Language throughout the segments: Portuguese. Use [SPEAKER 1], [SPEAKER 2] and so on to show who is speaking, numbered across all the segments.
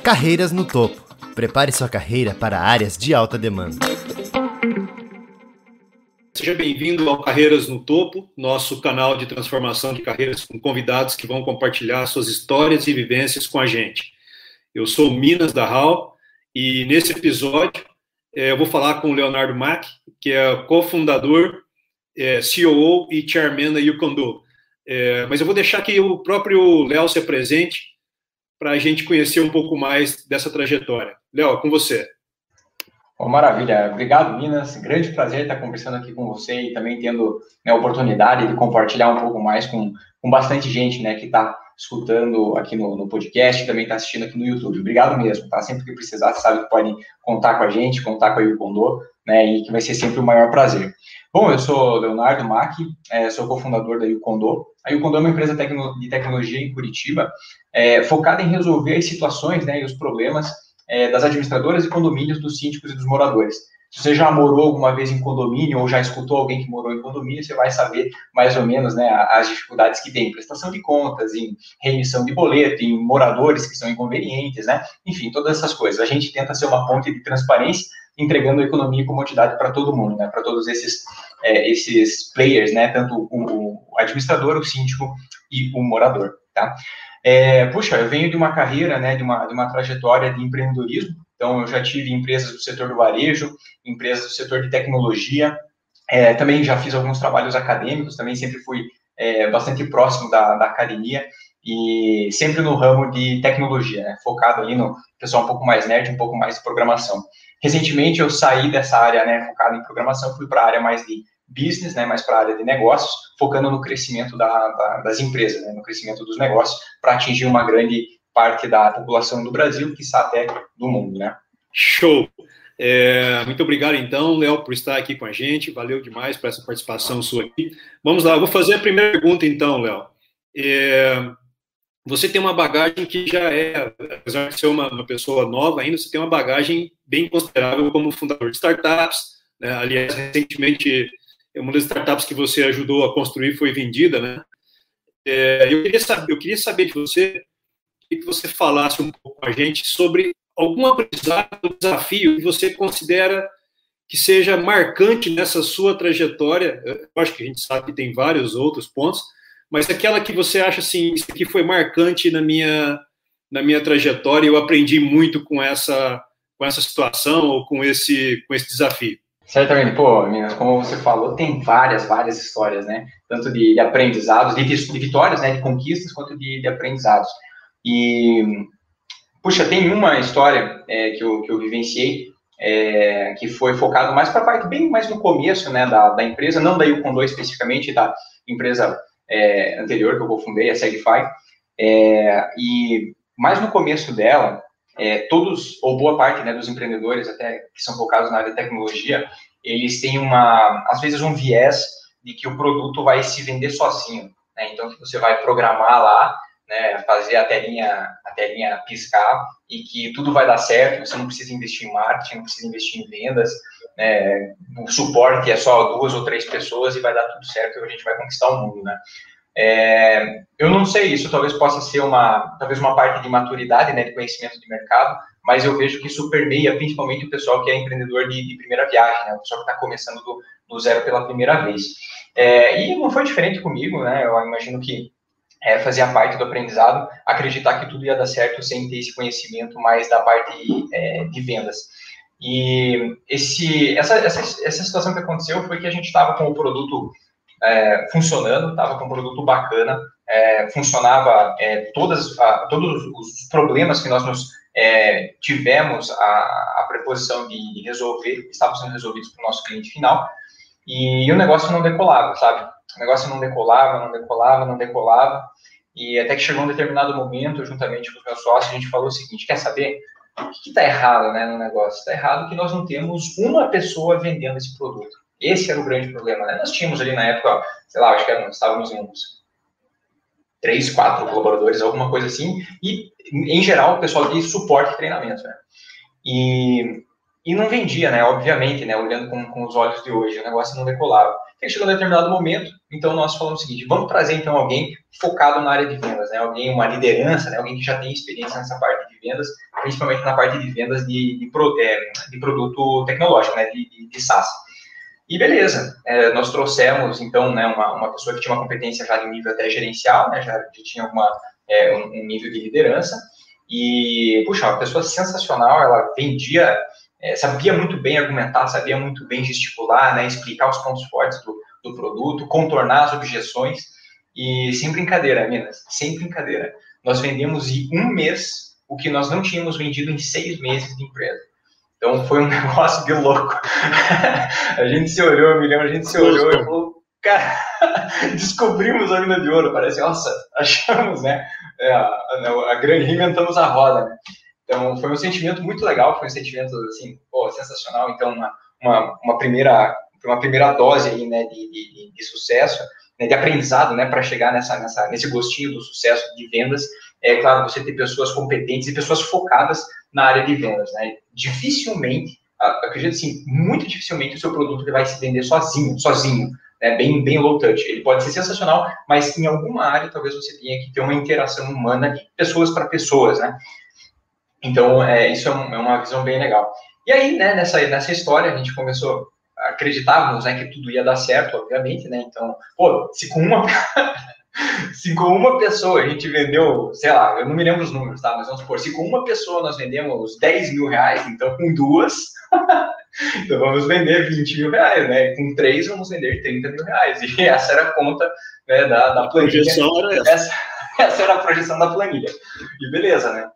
[SPEAKER 1] Carreiras no topo. Prepare sua carreira para áreas de alta demanda.
[SPEAKER 2] Seja bem-vindo ao Carreiras no Topo, nosso canal de transformação de carreiras com convidados que vão compartilhar suas histórias e vivências com a gente. Eu sou o Minas da HAL e nesse episódio eu vou falar com o Leonardo Mack, que é cofundador, COO e chairman da YouCondo. Mas eu vou deixar que o próprio Léo se apresente para a gente conhecer um pouco mais dessa trajetória. Léo, com você.
[SPEAKER 3] Bom, maravilha. Obrigado, Minas. Grande prazer estar conversando aqui com você e também tendo a oportunidade de compartilhar um pouco mais com bastante gente, né, que está escutando aqui no podcast e também está assistindo aqui no YouTube. Obrigado mesmo, tá? Sempre que precisar, você sabe que pode contar com a gente, contar com a YouCondo, né, e que vai ser sempre o maior prazer. Bom, eu sou Leonardo Mack, sou cofundador da YouCondo. A YouCondo é uma empresa de tecnologia em Curitiba, focada em resolver as situações, né, e os problemas das administradoras e condomínios, dos síndicos e dos moradores. Se você já morou alguma vez em condomínio ou já escutou alguém que morou em condomínio, você vai saber mais ou menos, né, as dificuldades que tem em prestação de contas, em remissão de boleto, em moradores que são inconvenientes, né? Enfim, todas essas coisas. A gente tenta ser uma ponte de transparência, entregando economia e comodidade para todo mundo, né? Para todos esses players, né? Tanto o administrador, o síndico e o morador, tá? Puxa, eu venho de uma carreira, né, de uma trajetória de empreendedorismo. Então, eu já tive empresas do setor do varejo, empresas do setor de tecnologia, também já fiz alguns trabalhos acadêmicos, também sempre fui bastante próximo da academia e sempre no ramo de tecnologia, né, focado ali no pessoal um pouco mais nerd, um pouco mais de programação. Recentemente, eu saí dessa área, né, focada em programação, fui para a área mais de business, né, mais para a área de negócios, focando no crescimento das empresas, né, no crescimento dos negócios, para atingir uma grande parte da população do Brasil, quiçá até do mundo, né?
[SPEAKER 2] Show! Muito obrigado, então, Léo, por estar aqui com a gente. Valeu demais por essa participação sua aqui. Vamos lá, eu vou fazer a primeira pergunta, então, Léo. Você tem uma bagagem que já apesar de ser uma pessoa nova ainda, você tem uma bagagem bem considerável como fundador de startups, né? Aliás, recentemente, uma das startups que você ajudou a construir foi vendida, né? Eu queria saber de você, que você falasse um pouco com a gente sobre algum aprendizado, desafio que você considera que seja marcante nessa sua trajetória. Eu acho que a gente sabe que tem vários outros pontos, mas aquela que você acha assim, isso aqui foi marcante na minha trajetória, eu aprendi muito com essa situação ou com esse desafio.
[SPEAKER 3] Certamente, pô, Minas, como você falou, tem várias histórias, né? Tanto de aprendizados, de vitórias, né? De conquistas, quanto de aprendizados. E, puxa, tem uma história que eu vivenciei, que foi focado mais para a parte bem mais no começo, né, da empresa, não da YouCondo especificamente, da empresa anterior que eu cofundei, a Segify, e mais no começo dela, todos, ou boa parte, né, dos empreendedores, até que são focados na área de tecnologia, eles têm às vezes um viés de que o produto vai se vender sozinho, né? Então, que você vai programar lá, né, fazer a telinha piscar e que tudo vai dar certo, você não precisa investir em marketing, não precisa investir em vendas, né, o suporte é só 2 ou 3 pessoas e vai dar tudo certo e a gente vai conquistar o mundo, né? Eu não sei, isso talvez possa ser uma parte de maturidade, né, de conhecimento de mercado, mas eu vejo que isso permeia principalmente o pessoal que é empreendedor de primeira viagem, né, o pessoal que está começando do zero pela primeira vez. E não foi diferente comigo, né, eu imagino que fazia parte do aprendizado, acreditar que tudo ia dar certo sem ter esse conhecimento mais da parte de vendas. E essa situação que aconteceu foi que a gente estava com o produto funcionando, estava com um produto bacana, funcionava todos os problemas que nós tivemos a preposição de resolver, estavam sendo resolvidos para o nosso cliente final, e o negócio não decolava, sabe? O negócio não decolava, e até que chegou um determinado momento, juntamente com os meus sócios, a gente falou o seguinte: quer saber? O que está errado, né, no negócio? Está errado que nós não temos uma pessoa vendendo esse produto. Esse era o grande problema, né? Nós tínhamos ali na época, sei lá, acho que estávamos em uns 3, 4 colaboradores, alguma coisa assim, e, em geral, o pessoal de suporte e treinamento, né? E não vendia, né? Obviamente, né? Olhando com os olhos de hoje, o negócio não decolava. Aí chegou um determinado momento, então nós falamos o seguinte: vamos trazer então alguém focado na área de vendas, né? Alguém, uma liderança, né? Alguém que já tem experiência nessa parte de vendas, principalmente na parte de vendas de produto tecnológico, né, de SaaS. E beleza, nós trouxemos, então, né, uma pessoa que tinha uma competência já de nível até gerencial, né, já tinha um nível de liderança, e, puxa, uma pessoa sensacional, ela vendia, sabia muito bem argumentar, sabia muito bem gesticular, né, explicar os pontos fortes do produto, contornar as objeções, e sem brincadeira, Minas, sem brincadeira, nós vendemos em um mês o que nós não tínhamos vendido em 6 meses de empresa. Então, foi um negócio de louco. A gente se olhou, eu me lembro, a gente se olhou e falou, cara, descobrimos a mina de ouro, parece, nossa, achamos, né, reinventamos a roda, né. Então, foi um sentimento muito legal, foi um sentimento, assim, sensacional. Então, uma primeira dose aí, né, de sucesso, né, de aprendizado, né, para chegar nesse gostinho do sucesso de vendas. É claro, você ter pessoas competentes e pessoas focadas na área de vendas, né? Dificilmente, acredito assim, muito dificilmente o seu produto vai se vender sozinho, né? Bem low touch. Ele pode ser sensacional, mas em alguma área talvez você tenha que ter uma interação humana de pessoas para pessoas, né? Então, isso é uma visão bem legal. E aí, né, nessa história, a gente começou, acreditávamos, né, que tudo ia dar certo, obviamente, né? Então, se com uma pessoa a gente vendeu, sei lá, eu não me lembro os números, tá? Mas vamos supor, se com uma pessoa nós vendemos 10 mil reais, então com 2, então vamos vender 20 mil reais, né? Com 3 vamos vender 30 mil reais. E essa era a conta, né, da planilha. A projeção era essa era a projeção da planilha. E beleza, né?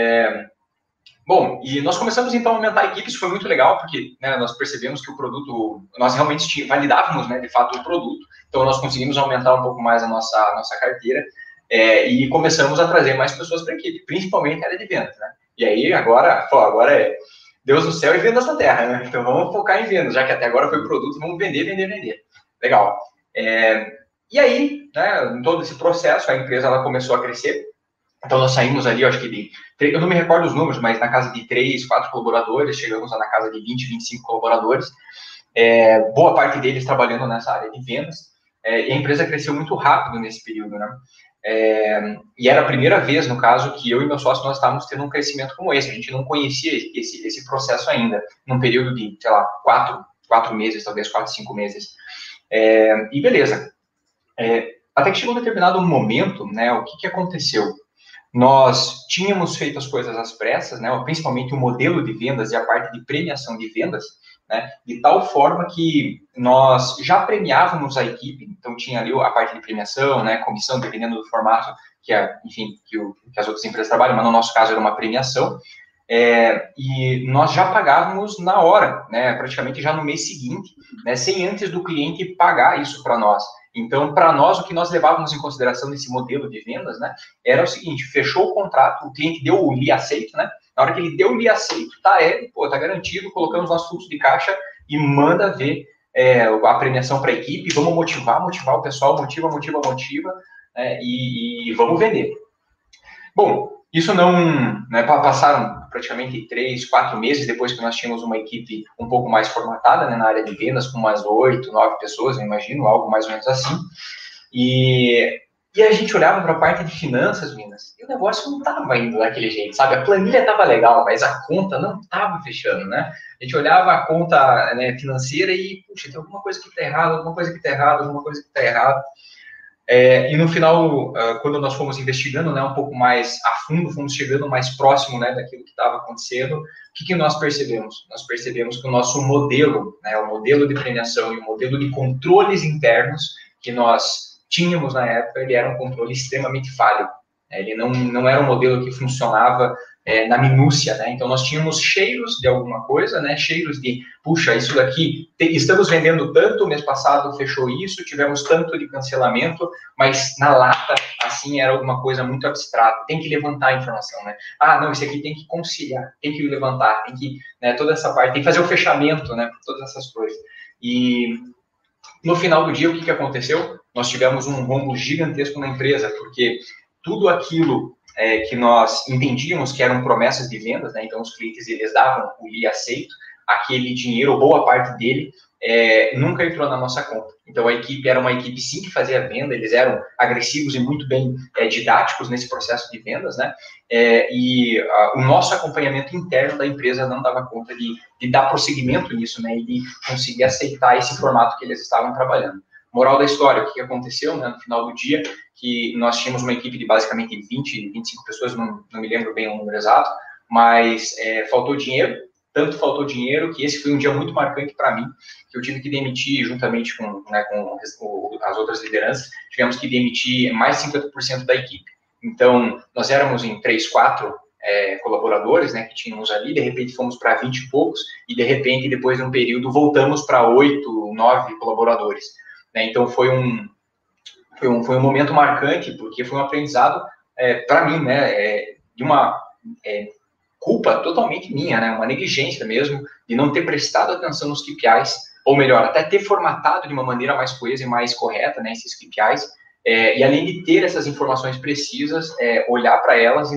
[SPEAKER 3] Bom, e nós começamos então a aumentar a equipe, isso foi muito legal, porque, né, nós percebemos que o produto, nós realmente validávamos, né, de fato o produto, então nós conseguimos aumentar um pouco mais a nossa carteira, e começamos a trazer mais pessoas para a equipe, principalmente a área de vendas, né, e aí agora é Deus no céu e vendas na terra, né, então vamos focar em vendas, já que até agora foi produto, vamos vender, legal. E aí, né, em todo esse processo, a empresa ela começou a crescer. Então, nós saímos ali, eu acho que eu não me recordo os números, mas na casa de 3, 4 colaboradores, chegamos na casa de 20, 25 colaboradores, boa parte deles trabalhando nessa área de vendas, e a empresa cresceu muito rápido nesse período, né? E era a primeira vez, no caso, que eu e meu sócio, nós estávamos tendo um crescimento como esse, a gente não conhecia esse processo ainda, num período de, sei lá, 4 meses, talvez 4, 5 meses. E beleza. Até que chegou um determinado momento, né, o que aconteceu? Nós tínhamos feito as coisas às pressas, né, principalmente o modelo de vendas e a parte de premiação de vendas, né, de tal forma que nós já premiávamos a equipe, então tinha ali a parte de premiação, né, comissão, dependendo do formato que as outras empresas trabalham, mas no nosso caso era uma premiação, e nós já pagávamos na hora, né, praticamente já no mês seguinte, né, sem antes do cliente pagar isso para nós. Então, para nós, o que nós levávamos em consideração nesse modelo de vendas, né, era o seguinte: fechou o contrato, o cliente deu o li aceito, né? Na hora que ele deu o li aceito, tá garantido, colocamos nosso fluxo de caixa e manda ver a premiação para a equipe, vamos motivar o pessoal, motiva, e vamos vender. Bom, isso não, né, passaram praticamente 3, 4 meses depois que nós tínhamos uma equipe um pouco mais formatada, né, na área de vendas, com umas 8, 9 pessoas, eu imagino, algo mais ou menos assim. E a gente olhava para a parte de finanças, Minas, e o negócio não estava indo daquele jeito, sabe? A planilha estava legal, mas a conta não estava fechando, né? A gente olhava a conta, né, financeira e, puxa, tem alguma coisa que está errada, alguma coisa que está errada. E no final, quando nós fomos investigando, né, um pouco mais a fundo, fomos chegando mais próximo, né, daquilo que estava acontecendo, o que nós percebemos? Nós percebemos que o nosso modelo, né, o modelo de premiação e o modelo de controles internos que nós tínhamos na época, ele era um controle extremamente falho. Ele não era um modelo que funcionava na minúcia, né? Então, nós tínhamos cheiros de alguma coisa, né? Cheiros de, puxa, isso daqui, estamos vendendo tanto, mês passado fechou isso, tivemos tanto de cancelamento, mas na lata, assim, era alguma coisa muito abstrata. Tem que levantar a informação, né? Ah, não, isso aqui tem que conciliar, tem que levantar, tem que, né, toda essa parte, tem que fazer o fechamento, né? Todas essas coisas. E no final do dia, o que aconteceu? Nós tivemos um rombo gigantesco na empresa, porque tudo aquilo que nós entendíamos que eram promessas de vendas, né? Então os clientes eles davam o li aceito, aquele dinheiro, boa parte dele, nunca entrou na nossa conta. Então, a equipe era uma equipe, sim, que fazia venda, eles eram agressivos e muito bem didáticos nesse processo de vendas, né? O nosso acompanhamento interno da empresa não dava conta de dar prosseguimento nisso, né? E de conseguir aceitar esse formato que eles estavam trabalhando. Moral da história, o que aconteceu, né, no final do dia, que nós tínhamos uma equipe de basicamente 20, 25 pessoas, não me lembro bem o número exato, mas faltou dinheiro, tanto faltou dinheiro que esse foi um dia muito marcante para mim, que eu tive que demitir, juntamente com as outras lideranças, tivemos que demitir mais de 50% da equipe. Então, nós éramos em 3, 4 colaboradores, né, que tínhamos ali, de repente fomos para 20 e poucos, e de repente, depois de um período, voltamos para 8, 9 colaboradores. Então, foi um momento marcante, porque foi um aprendizado, para mim, né, de uma culpa totalmente minha, né, uma negligência mesmo, de não ter prestado atenção nos KPIs, ou melhor, até ter formatado de uma maneira mais coesa e mais correta, né, esses KPIs, e além de ter essas informações precisas, olhar para elas e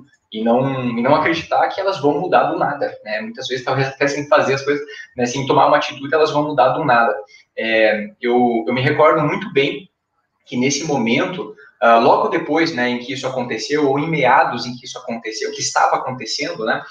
[SPEAKER 3] não acreditar que elas vão mudar do nada, né? Muitas vezes, talvez até sem fazer as coisas, né, sem tomar uma atitude, elas vão mudar do nada. Eu me recordo muito bem que nesse momento, logo depois, né, em que isso aconteceu, ou em meados em que isso aconteceu, que estava acontecendo, né,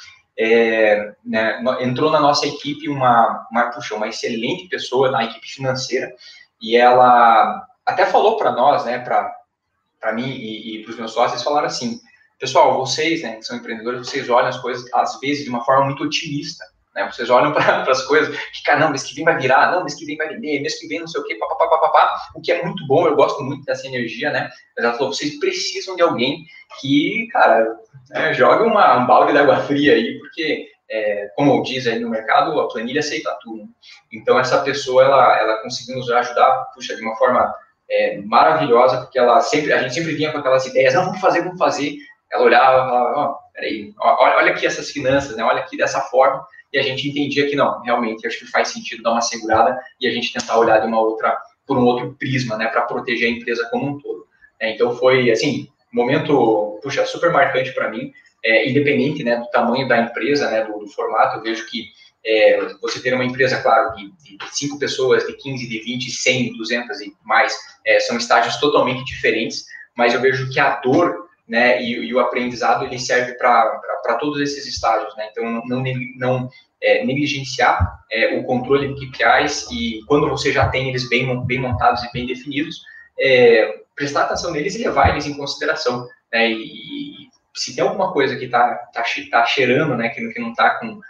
[SPEAKER 3] entrou na nossa equipe uma excelente pessoa na equipe financeira, e ela até falou para nós, né, para mim e para os meus sócios, falaram assim: pessoal, vocês, né, que são empreendedores, vocês olham as coisas, às vezes, de uma forma muito otimista, né, vocês olham para as coisas, que, cara, não, mês que vem vai virar, não, mês que vem vai vender, mês que vem não sei o quê, papapá, o que é muito bom, eu gosto muito dessa energia, né, mas ela falou, vocês precisam de alguém que, cara, joga um balde de água fria aí, porque, como diz aí no mercado, a planilha aceita tudo. Então, essa pessoa, ela conseguiu nos ajudar, puxa, de uma forma maravilhosa, porque a gente sempre vinha com aquelas ideias, não, vamos fazer. Ela olhava e falava, peraí, olha aqui essas finanças, né, olha aqui dessa forma, e a gente entendia que não, realmente, acho que faz sentido dar uma segurada e a gente tentar olhar por um outro prisma, né, para proteger a empresa como um todo. Então, foi, assim, um momento, puxa, super marcante para mim, independente, né, do tamanho da empresa, né, do formato. Eu vejo que você ter uma empresa, claro, de 5 pessoas, de 15, de 20, 100, 200 e mais, são estágios totalmente diferentes, mas eu vejo que a dor, né, e o aprendizado, ele serve para todos esses estágios, né, então não negligenciar o controle de KPIs, e quando você já tem eles bem montados e bem definidos, prestar atenção neles e levar eles em consideração, né, e se tem alguma coisa que tá cheirando, né, que não está com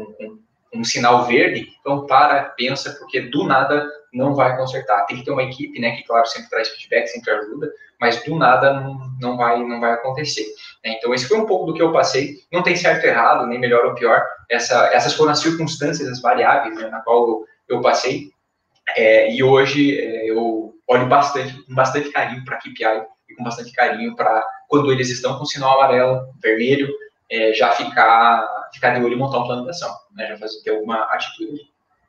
[SPEAKER 3] um sinal verde, então pensa, porque do nada não vai consertar. Tem que ter uma equipe, né, que, claro, sempre traz feedback, sempre ajuda, mas do nada não vai acontecer. Então, esse foi um pouco do que eu passei. Não tem certo ou errado, nem melhor ou pior. Essas foram as circunstâncias, as variáveis, né, na qual eu passei. E hoje eu olho com bastante carinho para a KPI e com bastante carinho para quando eles estão com sinal amarelo, vermelho, já ficar de olho e montar um plano de ação, né? Já ter alguma atitude.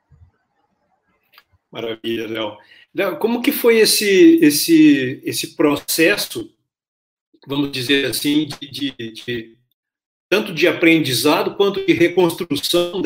[SPEAKER 2] Maravilha, Léo. Léo, como que foi esse processo, vamos dizer assim, tanto de aprendizado quanto de reconstrução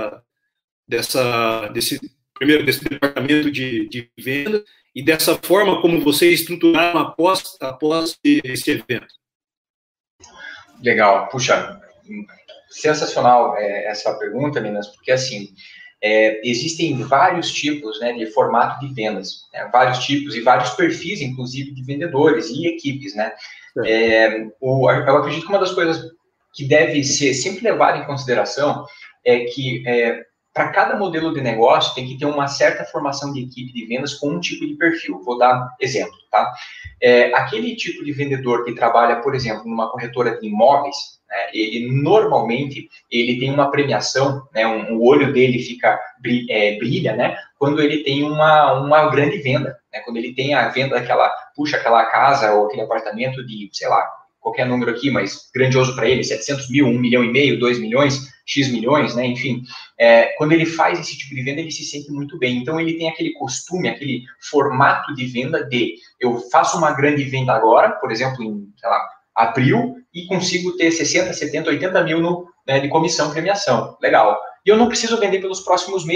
[SPEAKER 2] desse departamento de venda e dessa forma como vocês estruturaram após esse evento?
[SPEAKER 3] Legal, puxa, sensacional essa pergunta, meninas, porque assim, existem vários tipos, né, de formato de vendas, né, vários tipos e vários perfis, inclusive, de vendedores e equipes, né. Eu acredito que uma das coisas que deve ser sempre levada em consideração é que para cada modelo de negócio tem que ter uma certa formação de equipe de vendas com um tipo de perfil. Vou dar exemplo, tá? Aquele tipo de vendedor que trabalha, por exemplo, numa corretora de imóveis, ele normalmente tem uma premiação, né, o olho dele brilha, né, quando ele tem uma grande venda, né, quando ele tem a venda aquela casa ou aquele apartamento de, sei lá, qualquer número aqui, mas grandioso para ele, 700 mil, 1,5 milhão, 2 milhões, X milhões, né, enfim, quando ele faz esse tipo de venda, ele se sente muito bem. Então, ele tem aquele costume, aquele formato de venda de, eu faço uma grande venda agora, por exemplo, em, sei lá, abril, e consigo ter 60, 70, 80 mil de comissão, premiação. Legal. E eu não preciso vender pelos próximos meses.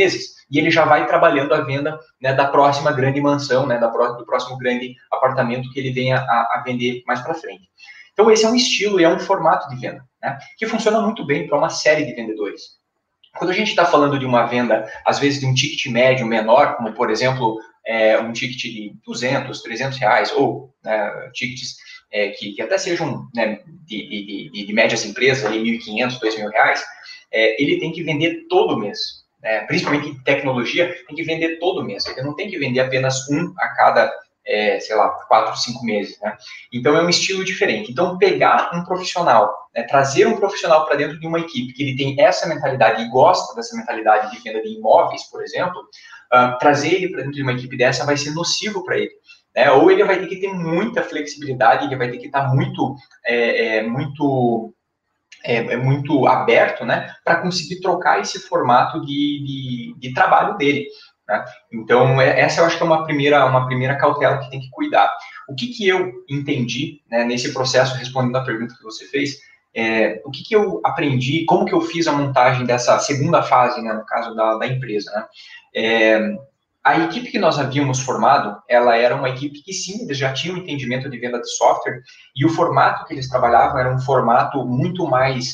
[SPEAKER 3] e ele já vai trabalhando a venda, né, da próxima grande mansão, né, do próximo grande apartamento que ele venha a vender mais para frente. Então, esse é um estilo e é um formato de venda, né, que funciona muito bem para uma série de vendedores. Quando a gente está falando de uma venda, às vezes de um ticket médio menor, como, por exemplo, um ticket de 200, 300 reais, ou tickets que até sejam, né, de médias empresas, ali, 1.500, 2.000 reais, ele tem que vender todo mês. Principalmente em tecnologia, tem que vender todo mês. Ele não tem que vender apenas um a cada, sei lá, 4, 5 meses, né? Então, é um estilo diferente. Então, pegar um profissional, né, trazer um profissional para dentro de uma equipe que ele tem essa mentalidade e gosta dessa mentalidade de venda de imóveis, por exemplo, trazer ele para dentro de uma equipe dessa vai ser nocivo para ele. Né? Ou ele vai ter que ter muita flexibilidade, ele vai ter que estar muito aberto, né, para conseguir trocar esse formato de trabalho dele. Né? Então, essa eu acho que é uma primeira cautela que tem que cuidar. O que eu entendi, né, nesse processo, respondendo à pergunta que você fez, o que eu aprendi, como que eu fiz a montagem dessa segunda fase, né, no caso da empresa, né? A equipe que nós havíamos formado, ela era uma equipe que, sim, eles já tinham entendimento de venda de software, e o formato que eles trabalhavam era um formato muito mais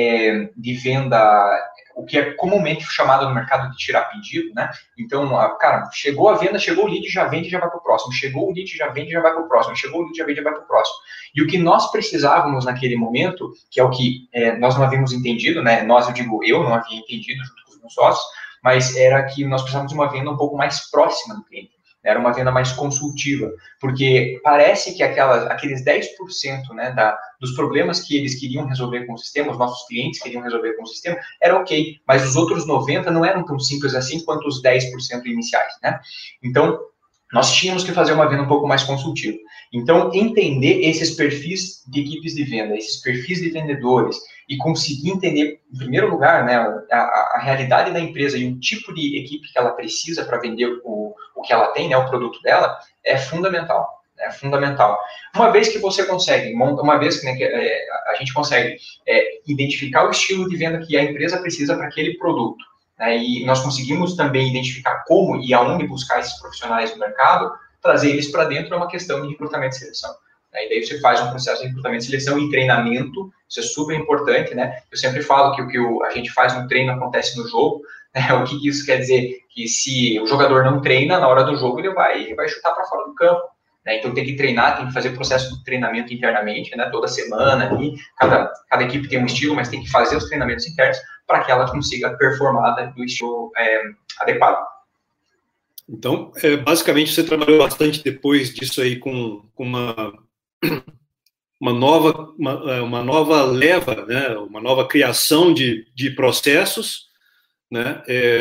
[SPEAKER 3] de venda, o que é comumente chamado no mercado de tirar pedido, né? Então, cara, chegou a venda, chegou o lead, já vende, já vai para o próximo. Chegou o lead, já vende, já vai para o próximo. Chegou o lead, já vende, já vai para o próximo. E o que nós precisávamos naquele momento, que é o que nós não havíamos entendido, né? Nós, eu digo, eu não havia entendido junto com os meus sócios, mas era que nós precisávamos de uma venda um pouco mais próxima do cliente. Era uma venda mais consultiva, porque parece que aqueles 10%, né, dos problemas que eles queriam resolver com o sistema, os nossos clientes queriam resolver com o sistema, era ok, mas os outros 90% não eram tão simples assim quanto os 10% iniciais, né? Então, nós tínhamos que fazer uma venda um pouco mais consultiva. Então, entender esses perfis de equipes de venda, esses perfis de vendedores, e conseguir entender, em primeiro lugar, né, a realidade da empresa e o tipo de equipe que ela precisa para vender o que ela tem, né, o produto dela, é fundamental. É fundamental. Uma vez que você consegue, uma vez que, né, a gente consegue identificar o estilo de venda que a empresa precisa para aquele produto, né, e nós conseguimos também identificar como e aonde buscar esses profissionais no mercado, trazer eles para dentro é uma questão de recrutamento e seleção. E daí você faz um processo de recrutamento e seleção e treinamento, isso é super importante, né? Eu sempre falo que o que a gente faz no treino acontece no jogo, né? O que isso quer dizer? Que se o jogador não treina, na hora do jogo ele vai chutar para fora do campo, né? Então tem que treinar, tem que fazer processo de treinamento internamente, né? Toda semana, ali, cada equipe tem um estilo, mas tem que fazer os treinamentos internos para que ela consiga performar do estilo adequado.
[SPEAKER 2] Então, basicamente, você trabalhou bastante depois disso aí com uma nova leva, né, uma nova criação de processos, né,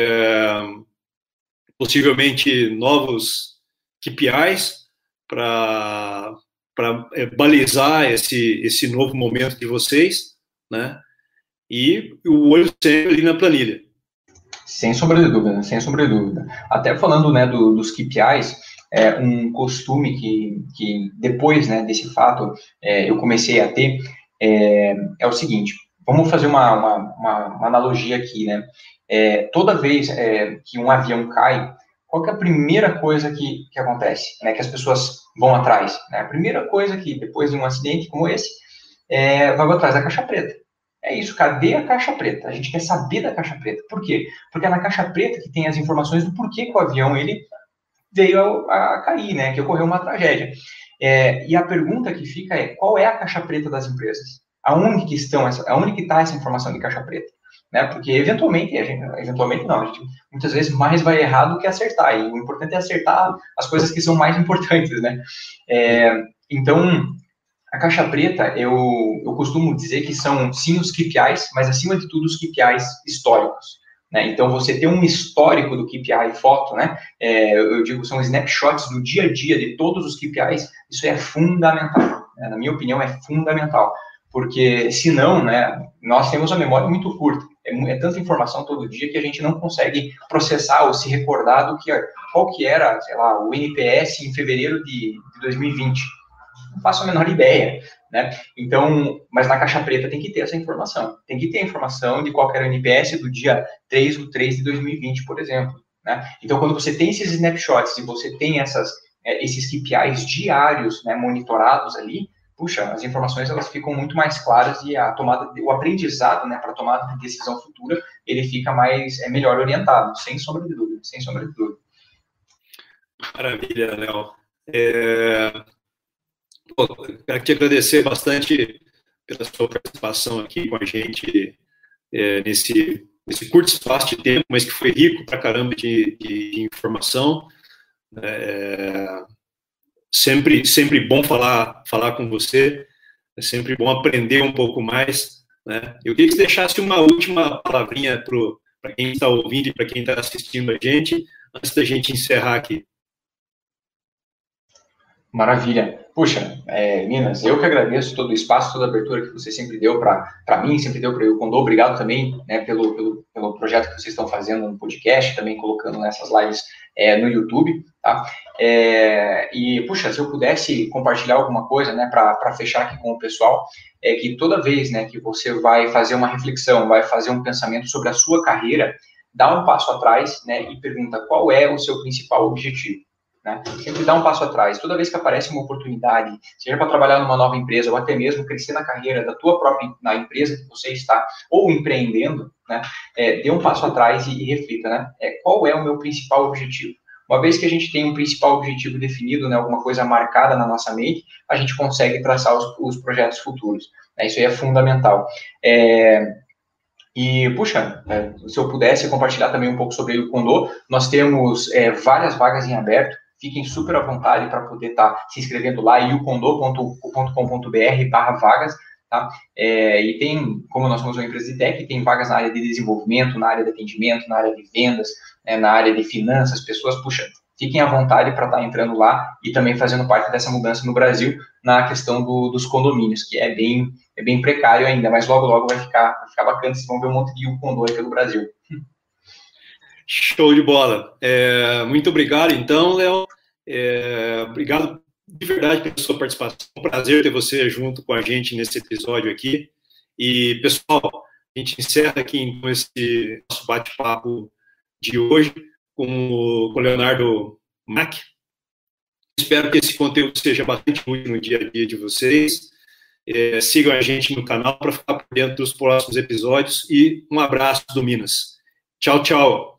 [SPEAKER 2] possivelmente novos KPIs para balizar esse novo momento de vocês, né, e o olho sempre ali na planilha.
[SPEAKER 3] Sem sombra de dúvida, sem sombra de dúvida. Até falando, né, dos KPIs, um costume que depois, né, desse fato eu comecei a ter é o seguinte: vamos fazer uma analogia aqui, né? Toda vez que um avião cai, qual que é a primeira coisa que acontece, né, que as pessoas vão atrás, né? A primeira coisa que, depois de um acidente como esse, vai atrás da caixa preta. É isso, cadê a caixa preta? A gente quer saber da caixa preta. Por quê? Porque é na caixa preta que tem as informações do porquê que o avião ele veio a cair, né? Que ocorreu uma tragédia. E a pergunta que fica é: qual é a caixa preta das empresas? Aonde que está essa informação de caixa preta? Né? Porque eventualmente não, a gente muitas vezes mais vai errar do que acertar. E o importante é acertar as coisas que são mais importantes, né? Então, a caixa preta, eu costumo dizer que são, sim, os KPIs, mas, acima de tudo, os KPIs históricos, né? Então, você ter um histórico do KPI foto, né? Eu digo, são snapshots do dia a dia de todos os KPIs, isso é fundamental, né? Na minha opinião, é fundamental, porque, senão, né, nós temos a memória muito curta, é tanta informação todo dia que a gente não consegue processar ou se recordar qual que era, sei lá, o NPS em fevereiro de 2020. Não faço a menor ideia, né? Então, mas na caixa preta tem que ter essa informação. Tem que ter a informação de qual era o NPS do dia 3/3 de 2020, por exemplo, né? Então, quando você tem esses snapshots e você tem esses KPIs diários, né, monitorados ali, puxa, as informações elas ficam muito mais claras e o aprendizado, né, para tomada de decisão futura, ele fica melhor orientado, sem sombra de dúvida, sem sombra de dúvida.
[SPEAKER 2] Maravilha, Léo. Quero te agradecer bastante pela sua participação aqui com a gente nesse curto espaço de tempo, mas que foi rico pra caramba de informação. Sempre bom falar com você, é sempre bom aprender um pouco mais, né? Eu queria que você deixasse uma última palavrinha para quem está ouvindo e para quem está assistindo a gente, antes da gente encerrar aqui.
[SPEAKER 3] Maravilha. Puxa, Minas, eu que agradeço todo o espaço, toda a abertura que você sempre deu para mim, sempre deu para o Condô. Obrigado também, né, pelo projeto que vocês estão fazendo no podcast, também colocando nessas lives no YouTube, tá? E, puxa, se eu pudesse compartilhar alguma coisa, né, para fechar aqui com o pessoal, é que toda vez, né, que você vai fazer uma reflexão, vai fazer um pensamento sobre a sua carreira, dá um passo atrás, né, e pergunta qual é o seu principal objetivo. Né? Sempre dá um passo atrás. Toda vez que aparece uma oportunidade, seja para trabalhar numa nova empresa ou até mesmo crescer na carreira da tua própria na empresa que você está ou empreendendo, né? Dê um passo atrás e reflita, né? Qual é o meu principal objetivo? Uma vez que a gente tem um principal objetivo definido, né, alguma coisa marcada na nossa mente, a gente consegue traçar os projetos futuros. Né? Isso aí é fundamental. E, puxa, se eu pudesse compartilhar também um pouco sobre o Condô, nós temos várias vagas em aberto. Fiquem super à vontade para poder estar se inscrevendo lá, iucondô.com.br/vagas, tá? E tem, como nós somos uma empresa de tech, tem vagas na área de desenvolvimento, na área de atendimento, na área de vendas, né, na área de finanças, pessoas, puxa, fiquem à vontade para estar entrando lá e também fazendo parte dessa mudança no Brasil na questão dos condomínios, que é bem precário ainda, mas logo vai ficar bacana, vocês vão ver um monte de Condô aí pelo Brasil.
[SPEAKER 2] Show de bola. Muito obrigado, então, Léo. Obrigado de verdade pela sua participação. É um prazer ter você junto com a gente nesse episódio aqui. E, pessoal, a gente encerra aqui então esse nosso bate-papo de hoje com o Leonardo Mack. Espero que esse conteúdo seja bastante útil no dia a dia de vocês. Sigam a gente no canal para ficar por dentro dos próximos episódios. E um abraço do Minas. Tchau, tchau.